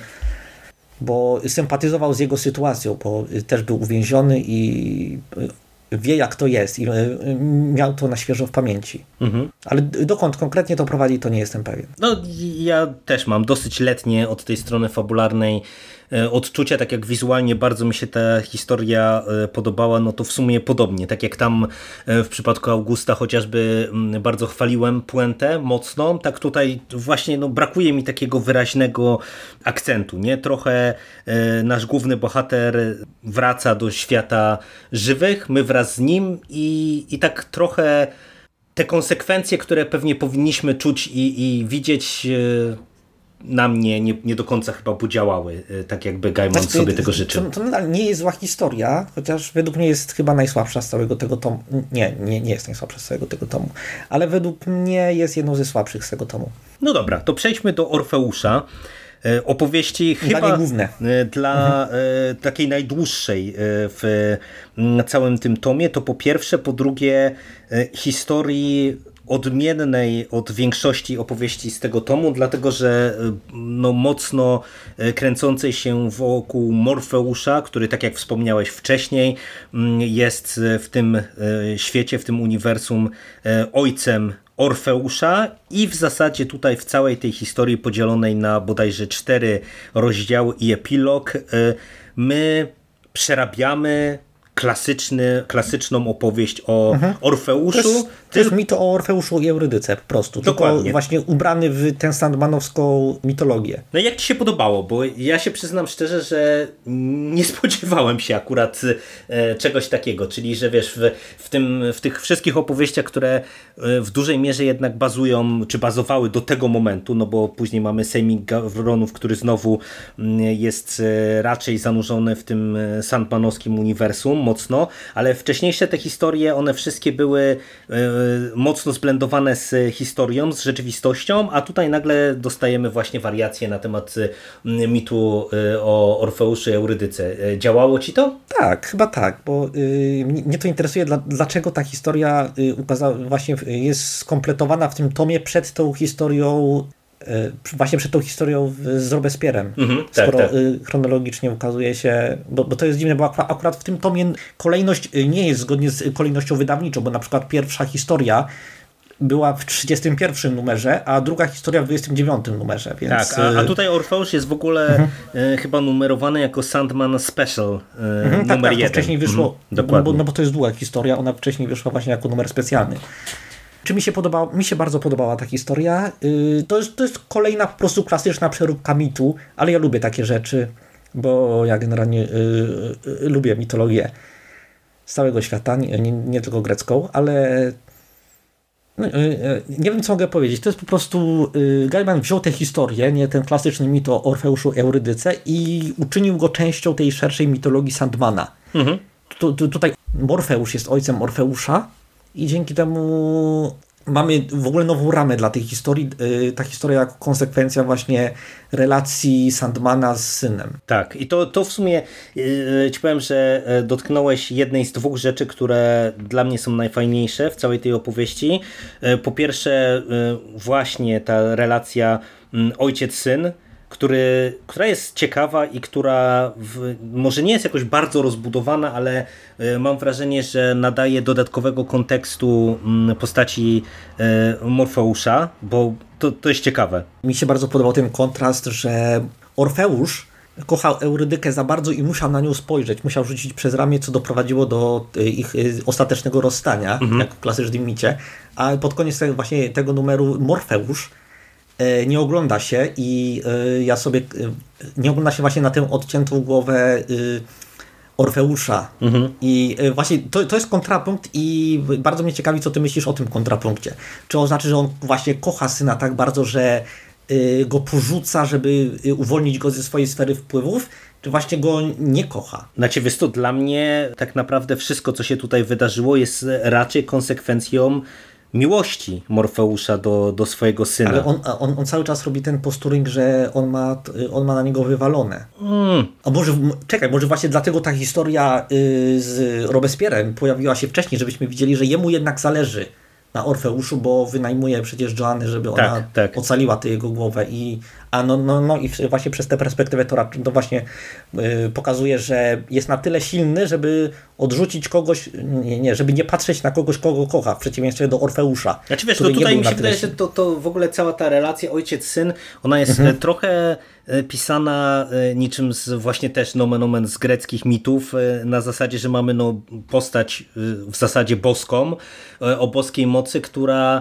Bo sympatyzował z jego sytuacją, bo też był uwięziony i wie, jak to jest i miał to na świeżo w pamięci. Ale dokąd konkretnie to prowadzi, to nie jestem pewien. No ja też mam dosyć letnie od tej strony fabularnej odczucia, tak jak wizualnie bardzo mi się ta historia podobała, no to w sumie podobnie, tak jak tam w przypadku Augusta chociażby bardzo chwaliłem puentę mocną, tak tutaj właśnie no, brakuje mi takiego wyraźnego akcentu, nie? Trochę nasz główny bohater wraca do świata żywych, my wraz z nim i tak trochę te konsekwencje, które pewnie powinniśmy czuć i widzieć na mnie nie do końca chyba podziałały, tak jakby Gaiman sobie tego życzył. To nadal nie jest zła historia, chociaż według mnie jest chyba najsłabsza z całego tego tomu. Nie jest najsłabsza z całego tego tomu, ale według mnie jest jedną ze słabszych z tego tomu. No dobra, to przejdźmy do Orfeusza. Opowieści chyba dla takiej najdłuższej w całym tym tomie, to po pierwsze, po drugie historii odmiennej od większości opowieści z tego tomu, dlatego że no, mocno kręcącej się wokół Morfeusza, który, tak jak wspomniałeś wcześniej, jest w tym świecie, w tym uniwersum ojcem Orfeusza i w zasadzie tutaj w całej tej historii podzielonej na bodajże 4 rozdziały i epilog my przerabiamy klasyczną opowieść o Orfeuszu. To jest mit o Orfeuszu i Eurydyce po prostu. Dokładnie. Tylko właśnie ubrany w tę sandmanowską mitologię. No i jak ci się podobało? Bo ja się przyznam szczerze, że nie spodziewałem się akurat czegoś takiego. Czyli, że wiesz, w tych wszystkich opowieściach, które w dużej mierze jednak bazują, czy bazowały do tego momentu, no bo później mamy Sejmik Gawronów, który znowu jest raczej zanurzony w tym sandmanowskim uniwersum mocno, ale wcześniejsze te historie, one wszystkie były mocno zblendowane z historią, z rzeczywistością, a tutaj nagle dostajemy właśnie wariacje na temat mitu o Orfeuszu i Eurydyce. Działało ci to? Tak, chyba tak, bo mnie to interesuje, dlaczego ta historia właśnie jest skompletowana w tym tomie przed tą historią z Robespierrem, skoro tak. Chronologicznie ukazuje się, bo to jest dziwne, bo akurat w tym tomie kolejność nie jest zgodnie z kolejnością wydawniczą, bo na przykład pierwsza historia była w 31 numerze, a druga historia w 29 numerze. Więc... Tak, a tutaj Orfeusz jest w ogóle chyba numerowany jako Sandman Special numer 1. To wcześniej wyszło, dokładnie. Bo to jest długa historia, ona wcześniej wyszła właśnie jako numer specjalny. Czy mi się podobało? Mi się bardzo podobała ta historia. To jest kolejna po prostu klasyczna przeróbka mitu, ale ja lubię takie rzeczy, bo ja generalnie lubię mitologię z całego świata, nie tylko grecką, ale nie wiem, co mogę powiedzieć. To jest po prostu Gaiman wziął tę historię, nie ten klasyczny mit o Orfeuszu i Eurydyce i uczynił go częścią tej szerszej mitologii Sandmana. Tutaj Morfeusz jest ojcem Orfeusza i dzięki temu mamy w ogóle nową ramę dla tej historii. Ta historia jako konsekwencja właśnie relacji Sandmana z synem. Tak, i to w sumie ci powiem, że dotknąłeś jednej z 2 rzeczy, które dla mnie są najfajniejsze w całej tej opowieści. Po pierwsze właśnie ta relacja ojciec-syn, która jest ciekawa i która może nie jest jakoś bardzo rozbudowana, ale mam wrażenie, że nadaje dodatkowego kontekstu postaci Morfeusza, bo to jest ciekawe. Mi się bardzo podobał ten kontrast, że Orfeusz kochał Eurydykę za bardzo i musiał na nią spojrzeć, musiał rzucić przez ramię, co doprowadziło do ich ostatecznego rozstania, jak w klasycznym micie, a pod koniec właśnie tego numeru Morfeusz nie ogląda się i nie ogląda się właśnie na tę odciętą głowę Orfeusza. I właśnie to jest kontrapunkt i bardzo mnie ciekawi, co ty myślisz o tym kontrapunkcie. Czy on znaczy, że on właśnie kocha syna tak bardzo, że go porzuca, żeby uwolnić go ze swojej sfery wpływów, czy właśnie go nie kocha? Znaczy, wiesz co, dla mnie tak naprawdę wszystko, co się tutaj wydarzyło, jest raczej konsekwencją miłości Morfeusza do swojego syna. Ale on cały czas robi ten posturing, że on ma na niego wywalone. A może właśnie dlatego ta historia z Robespierrem pojawiła się wcześniej, żebyśmy widzieli, że jemu jednak zależy na Orfeuszu, bo wynajmuje przecież Joannę, żeby ona ocaliła tę jego głowę i właśnie przez tę perspektywę to właśnie pokazuje, że jest na tyle silny, żeby odrzucić kogoś, żeby nie patrzeć na kogoś, kogo kocha, w przeciwieństwie do Orfeusza. Znaczy wiesz, tutaj mi się wydaje, że to w ogóle cała ta relacja ojciec-syn, ona jest trochę pisana niczym właśnie też nomen omen z greckich mitów, na zasadzie, że mamy postać w zasadzie boską, o boskiej mocy, która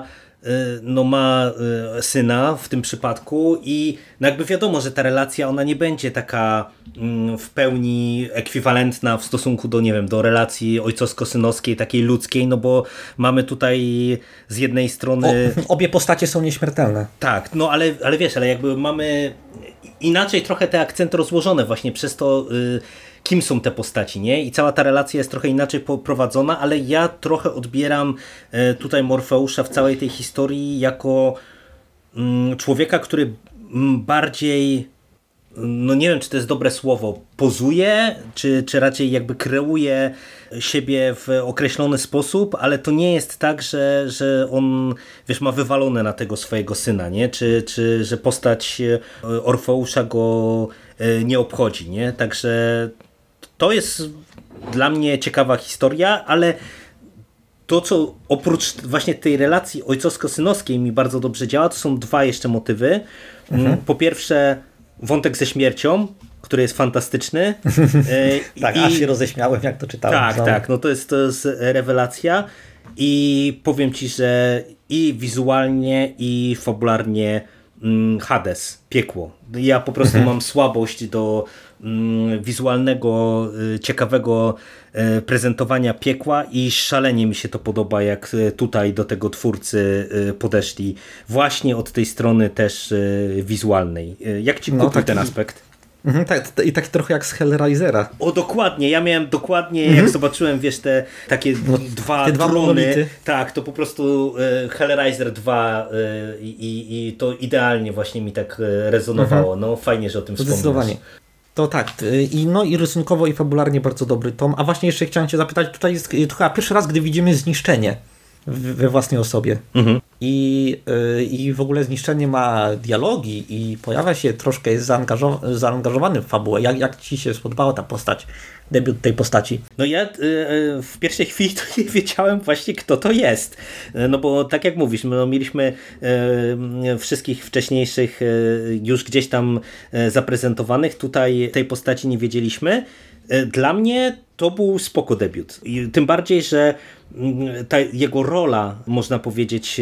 no ma syna w tym przypadku i no jakby wiadomo, że ta relacja ona nie będzie taka w pełni ekwiwalentna w stosunku do, nie wiem, do relacji ojcowsko-synowskiej, takiej ludzkiej, no bo mamy tutaj z jednej strony... Obie postacie są nieśmiertelne. Tak, no ale wiesz, ale jakby mamy inaczej trochę te akcenty rozłożone właśnie przez to, kim są te postaci, nie? I cała ta relacja jest trochę inaczej poprowadzona, ale ja trochę odbieram tutaj Morfeusza w całej tej historii jako człowieka, który bardziej, no nie wiem, czy to jest dobre słowo, pozuje, czy raczej jakby kreuje siebie w określony sposób, ale to nie jest tak, że on, wiesz, ma wywalone na tego swojego syna, nie? Czy że postać Orfeusza go nie obchodzi, nie? Także to jest dla mnie ciekawa historia, ale to, co oprócz właśnie tej relacji ojcowsko-synowskiej mi bardzo dobrze działa, to są dwa jeszcze motywy. Po pierwsze wątek ze śmiercią, który jest fantastyczny. Tak, aż się roześmiałem, jak to czytałem. Tak, no to jest rewelacja i powiem ci, że i wizualnie, i fabularnie Hades, piekło. Ja po prostu mam słabość do wizualnego, ciekawego prezentowania piekła i szalenie mi się to podoba, jak tutaj do tego twórcy podeszli właśnie od tej strony też wizualnej. Jak ci kupił ten aspekt? Tak, i tak trochę jak z Hellraisera. O, dokładnie, ja miałem dokładnie, jak zobaczyłem, wiesz, te takie dwa trony, tak, to po prostu Hellraiser 2 i to idealnie właśnie mi tak rezonowało. No fajnie, że o tym wspomniałeś. Zdecydowanie. To tak, i rysunkowo, i fabularnie bardzo dobry tom. A właśnie jeszcze chciałem cię zapytać, tutaj jest chyba pierwszy raz, gdy widzimy zniszczenie we własnej osobie. I w ogóle zniszczenie ma dialogi i pojawia się troszkę, jest zaangażowany w fabułę. Jak ci się spodobała ta postać, debiut tej postaci? No ja w pierwszej chwili to nie wiedziałem właśnie, kto to jest. No bo tak jak mówisz, no mieliśmy wszystkich wcześniejszych już gdzieś tam zaprezentowanych. Tutaj tej postaci nie wiedzieliśmy. Dla mnie to był spoko debiut. I tym bardziej, że ta jego rola, można powiedzieć,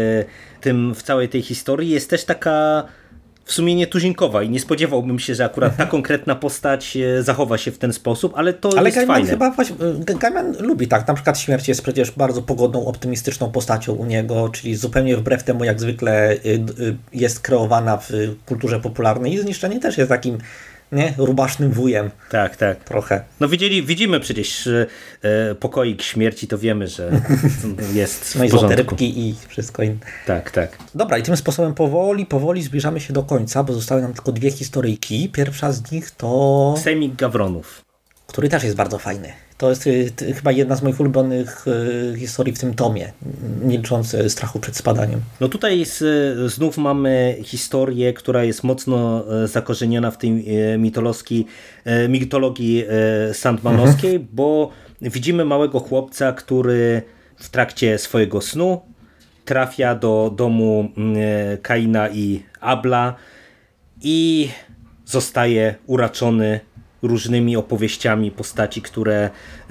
w całej tej historii jest też taka w sumie nietuzinkowa i nie spodziewałbym się, że akurat ta konkretna postać zachowa się w ten sposób, ale to jest Gaiman fajne. Gaiman lubi tak, na przykład Śmierć jest przecież bardzo pogodną, optymistyczną postacią u niego, czyli zupełnie wbrew temu, jak zwykle jest kreowana w kulturze popularnej i Zniszczenie też jest takim rubasznym wujem. Tak. Trochę. No widzimy przecież Pokoik Śmierci, to wiemy, że jest w no i porządku. złote rybki i wszystko inne. Tak. Dobra, i tym sposobem powoli zbliżamy się do końca, bo zostały nam tylko dwie historyjki. Pierwsza z nich to... Sejmik Gawronów. Który też jest bardzo fajny. To jest chyba jedna z moich ulubionych historii w tym tomie, nie licząc strachu przed spadaniem. No tutaj znów mamy historię, która jest mocno zakorzeniona w tej mitologii sandmanowskiej, bo widzimy małego chłopca, który w trakcie swojego snu trafia do domu Kaina i Abla i zostaje uraczony różnymi opowieściami postaci, które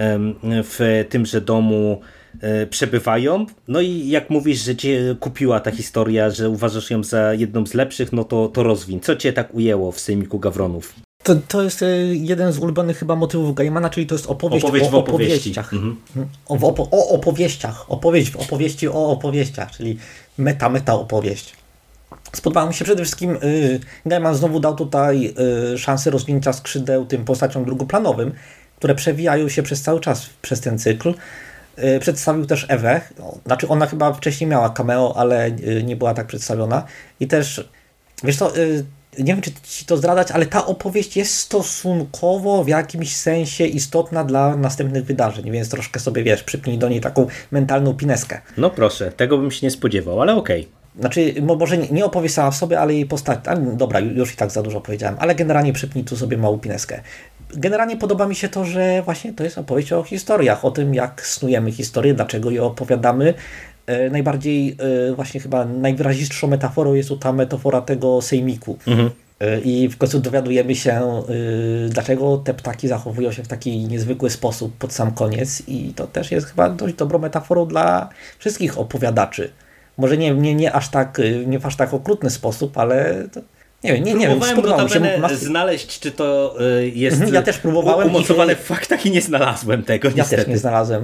w tymże domu przebywają. No i jak mówisz, że cię kupiła ta historia, że uważasz ją za jedną z lepszych, no to rozwiń. Co cię tak ujęło w Sejmiku Gawronów? To jest jeden z ulubionych chyba motywów Gaimana, czyli to jest opowieść w opowieściach. O opowieściach. Opowieść w opowieści o opowieściach, czyli meta opowieść. Spodobało mi się przede wszystkim, Gaiman znowu dał tutaj szansę rozwinięcia skrzydeł tym postaciom drugoplanowym, które przewijają się przez cały czas przez ten cykl. Przedstawił też Ewę, znaczy ona chyba wcześniej miała cameo, ale nie była tak przedstawiona. I też, wiesz co, nie wiem czy ci to zdradzać, ale ta opowieść jest stosunkowo w jakimś sensie istotna dla następnych wydarzeń, więc troszkę sobie, wiesz, przypnij do niej taką mentalną pineskę. No proszę, tego bym się nie spodziewał, ale okej. Znaczy, może nie opowieść sama w sobie, ale jej postać. Dobra, już i tak za dużo powiedziałem, ale generalnie przypnij tu sobie małą pineskę. Generalnie podoba mi się to, że właśnie to jest opowieść o historiach, o tym jak snujemy historię, dlaczego je opowiadamy. Najbardziej właśnie chyba najwyrazistszą metaforą jest tu ta metafora tego sejmiku. I w końcu dowiadujemy się, dlaczego te ptaki zachowują się w taki niezwykły sposób pod sam koniec i to też jest chyba dość dobrą metaforą dla wszystkich opowiadaczy. Może nie aż tak, nie w aż tak okrutny sposób, ale to, nie wiem, nie wiem, spodobało mi się znaleźć, czy to jest ja też próbowałem umocowane w faktach i nie znalazłem tego, ja niestety. też nie znalazłem.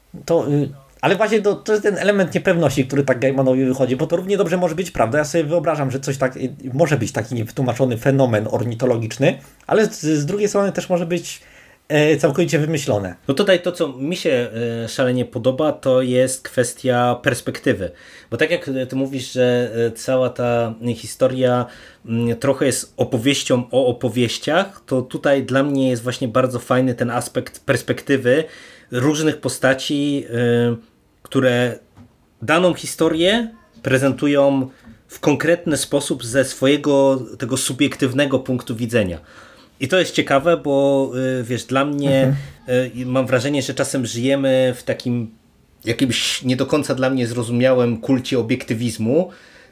Ale właśnie to jest ten element niepewności, który tak Gaimanowi wychodzi, bo to równie dobrze może być prawda. Ja sobie wyobrażam, że coś tak może być taki niewytłumaczony fenomen ornitologiczny, ale z drugiej strony też może być całkowicie wymyślone. No tutaj to, co mi się szalenie podoba, to jest kwestia perspektywy. Bo tak jak ty mówisz, że cała ta historia trochę jest opowieścią o opowieściach, to tutaj dla mnie jest właśnie bardzo fajny ten aspekt perspektywy różnych postaci, które daną historię prezentują w konkretny sposób ze swojego tego subiektywnego punktu widzenia. I to jest ciekawe, bo wiesz, dla mnie mam wrażenie, że czasem żyjemy w takim jakimś nie do końca dla mnie zrozumiałym kulcie obiektywizmu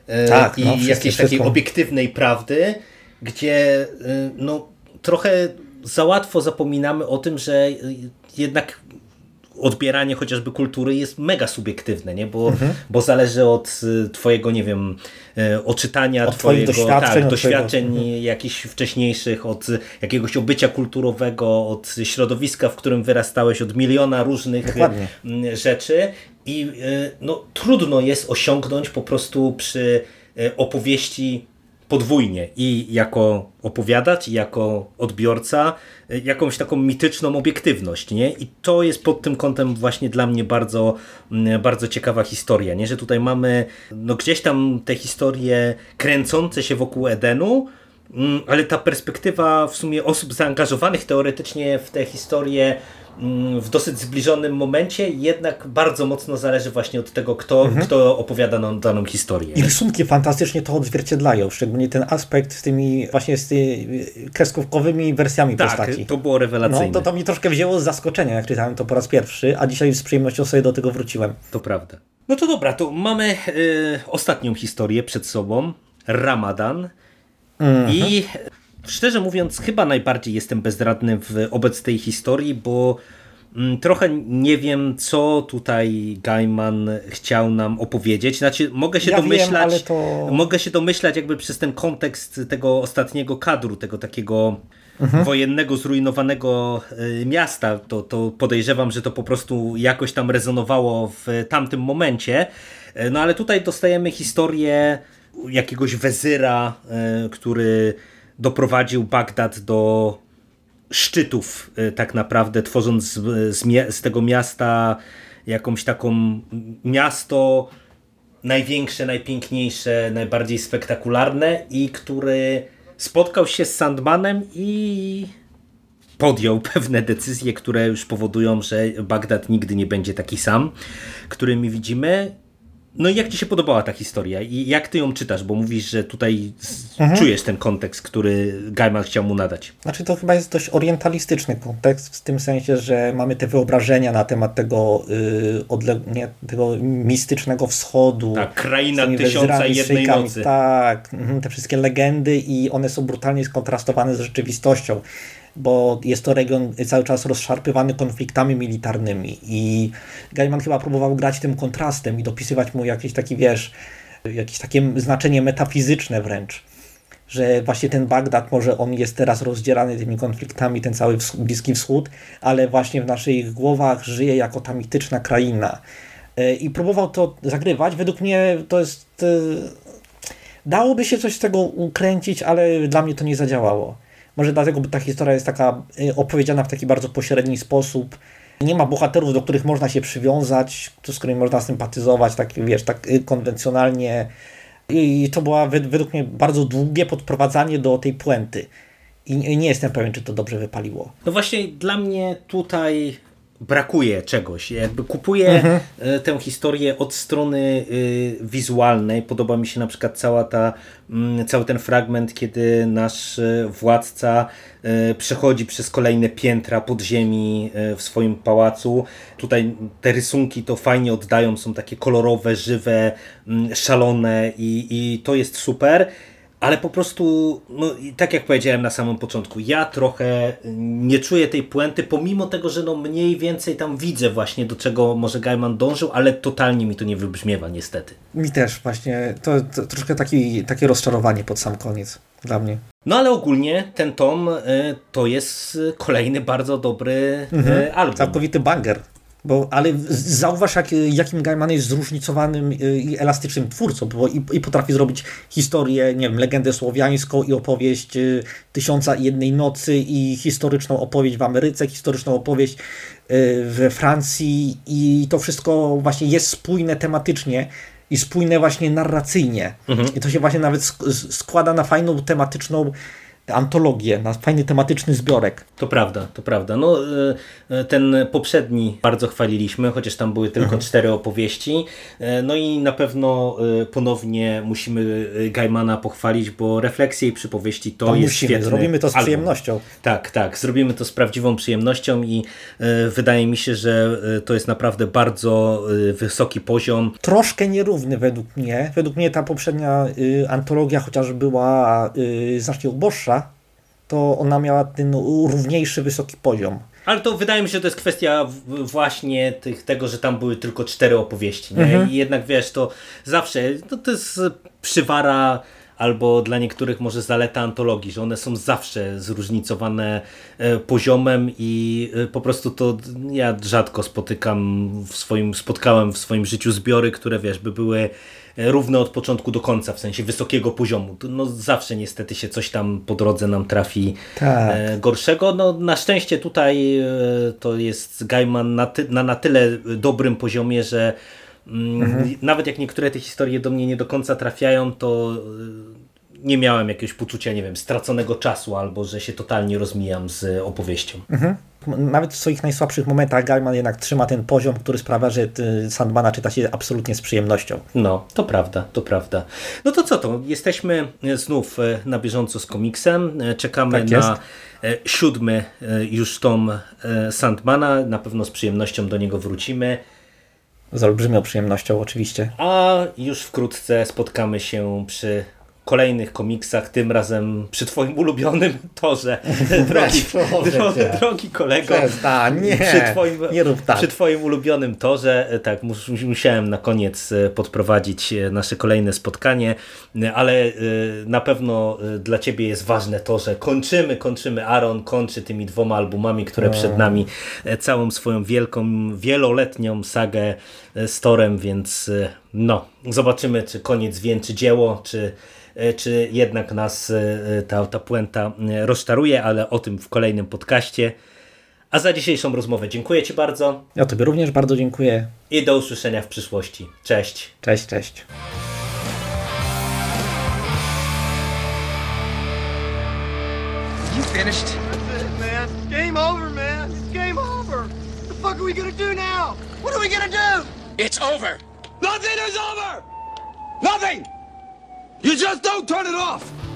i jakiejś takiej obiektywnej prawdy, gdzie no, trochę za łatwo zapominamy o tym, że jednak odbieranie chociażby kultury jest mega subiektywne, nie? Bo zależy od twojego, nie wiem, odczytania, od twojego doświadczeń jakichś wcześniejszych, od jakiegoś obycia kulturowego, od środowiska, w którym wyrastałeś, od miliona różnych rzeczy i no, trudno jest osiągnąć po prostu przy opowieści podwójnie i jako opowiadacz, i jako odbiorca jakąś taką mityczną obiektywność, nie? I to jest pod tym kątem właśnie dla mnie bardzo, bardzo ciekawa historia, nie? Że tutaj mamy no gdzieś tam te historie kręcące się wokół Edenu, ale ta perspektywa w sumie osób zaangażowanych teoretycznie w tę historię w dosyć zbliżonym momencie, jednak bardzo mocno zależy właśnie od tego, kto opowiada nam daną historię. I rysunki fantastycznie to odzwierciedlają, szczególnie ten aspekt z tymi właśnie z tymi kreskówkowymi wersjami postaci. Tak, to było rewelacyjne. No, to mi troszkę wzięło z zaskoczenia, jak czytałem to po raz pierwszy, a dzisiaj z przyjemnością sobie do tego wróciłem. To prawda. No to dobra, to mamy ostatnią historię przed sobą. Ramadan. I szczerze mówiąc, chyba najbardziej jestem bezradny wobec tej historii, bo trochę nie wiem, co tutaj Gaiman chciał nam opowiedzieć. Znaczy, mogę się domyślać jakby przez ten kontekst tego ostatniego kadru, tego takiego wojennego, zrujnowanego miasta. To podejrzewam, że to po prostu jakoś tam rezonowało w tamtym momencie. No ale tutaj dostajemy historię jakiegoś wezyra, który doprowadził Bagdad do szczytów tak naprawdę, tworząc z tego miasta jakąś taką miasto największe, najpiękniejsze, najbardziej spektakularne i który spotkał się z Sandmanem i podjął pewne decyzje, które już powodują, że Bagdad nigdy nie będzie taki sam, którymi widzimy. No i jak ci się podobała ta historia i jak ty ją czytasz, bo mówisz, że tutaj czujesz ten kontekst, który Gaiman chciał mu nadać. Znaczy to chyba jest dość orientalistyczny kontekst, w tym sensie, że mamy te wyobrażenia na temat tego tego mistycznego wschodu. Tak, kraina tysiąca i jednej nocy. Tak, te wszystkie legendy i one są brutalnie skontrastowane z rzeczywistością, bo jest to region cały czas rozszarpywany konfliktami militarnymi i Gaiman chyba próbował grać tym kontrastem i dopisywać mu jakieś taki, jakieś takie znaczenie metafizyczne wręcz, że właśnie ten Bagdad, może on jest teraz rozdzierany tymi konfliktami, ten cały Bliski Wschód, ale właśnie w naszych głowach żyje jako ta mityczna kraina. I próbował to zagrywać. Według mnie to jest... Dałoby się coś z tego ukręcić, ale dla mnie to nie zadziałało. Może dlatego, bo ta historia jest taka opowiedziana w taki bardzo pośredni sposób. Nie ma bohaterów, do których można się przywiązać, z którymi można sympatyzować, tak konwencjonalnie. I to była według mnie bardzo długie podprowadzanie do tej puenty. I nie jestem pewien, czy to dobrze wypaliło. No właśnie dla mnie tutaj brakuje czegoś. Jakby kupuję tę historię od strony wizualnej. Podoba mi się na przykład cały ten fragment, kiedy nasz władca przechodzi przez kolejne piętra podziemi w swoim pałacu. Tutaj te rysunki to fajnie oddają, są takie kolorowe, żywe, szalone i to jest super. ale po prostu, no, tak jak powiedziałem na samym początku, ja trochę nie czuję tej puenty, pomimo tego, że no mniej więcej tam widzę właśnie, do czego może Gaiman dążył, ale totalnie mi to nie wybrzmiewa niestety. Mi też właśnie, to troszkę takie rozczarowanie pod sam koniec dla mnie. No ale ogólnie ten tom to jest kolejny bardzo dobry album. Całkowity banger. Ale zauważ, jakim Gaiman jest zróżnicowanym i elastycznym twórcą, bo i potrafi zrobić historię, nie wiem, legendę słowiańską i opowieść Tysiąca i Jednej Nocy i historyczną opowieść w Ameryce, historyczną opowieść we Francji i to wszystko właśnie jest spójne tematycznie i spójne właśnie narracyjnie. I to się właśnie nawet składa na fajną tematyczną antologię, na fajny tematyczny zbiorek. To prawda. No, ten poprzedni bardzo chwaliliśmy, chociaż tam były tylko 4 opowieści. No i na pewno ponownie musimy Gaimana pochwalić, bo refleksje i przypowieści to jest świetny zrobimy to z album. przyjemnością. Tak, zrobimy to z prawdziwą przyjemnością i wydaje mi się, że to jest naprawdę bardzo wysoki poziom. Troszkę nierówny według mnie. Według mnie ta poprzednia antologia, chociaż była znacznie uboższa, to ona miała ten równiejszy, wysoki poziom. Ale to wydaje mi się, że to jest kwestia właśnie tego, że tam były tylko 4 opowieści. Nie? I jednak wiesz, to zawsze to jest przywara albo dla niektórych może zaleta antologii, że one są zawsze zróżnicowane poziomem i po prostu to ja rzadko spotkałem w swoim życiu zbiory, które wiesz, by były równe od początku do końca, w sensie wysokiego poziomu. No zawsze niestety się coś tam po drodze nam trafi gorszego. No na szczęście tutaj to jest Gaiman na tyle dobrym poziomie, że nawet jak niektóre te historie do mnie nie do końca trafiają, to nie miałem jakiegoś poczucia, nie wiem, straconego czasu albo że się totalnie rozmijam z opowieścią. Nawet w swoich najsłabszych momentach Gaiman jednak trzyma ten poziom, który sprawia, że Sandmana czyta się absolutnie z przyjemnością. No, to prawda. No to co to? Jesteśmy znów na bieżąco z komiksem. Czekamy na 7 już tom Sandmana. Na pewno z przyjemnością do niego wrócimy. Z olbrzymią przyjemnością oczywiście. A już wkrótce spotkamy się przy kolejnych komiksach, tym razem przy twoim ulubionym torze. Drogi kolego. Przy twoim ulubionym torze. Tak, musiałem na koniec podprowadzić nasze kolejne spotkanie, ale na pewno dla ciebie jest ważne to, że kończymy. Aaron kończy tymi 2 albumami, które przed nami, całą swoją wielką, wieloletnią sagę z Torem, więc no, zobaczymy, czy koniec wieńczy dzieło, czy jednak nas ta puenta rozczaruje, ale o tym w kolejnym podcaście. A za dzisiejszą rozmowę dziękuję ci bardzo. Ja tobie również bardzo dziękuję. I do usłyszenia w przyszłości. Cześć. Cześć. You finished? That's it, man. Game over, man. It's game over. What the fuck are we gonna do now? What are we gonna do? It's over! Nothing is over! Nothing! You just don't turn it off!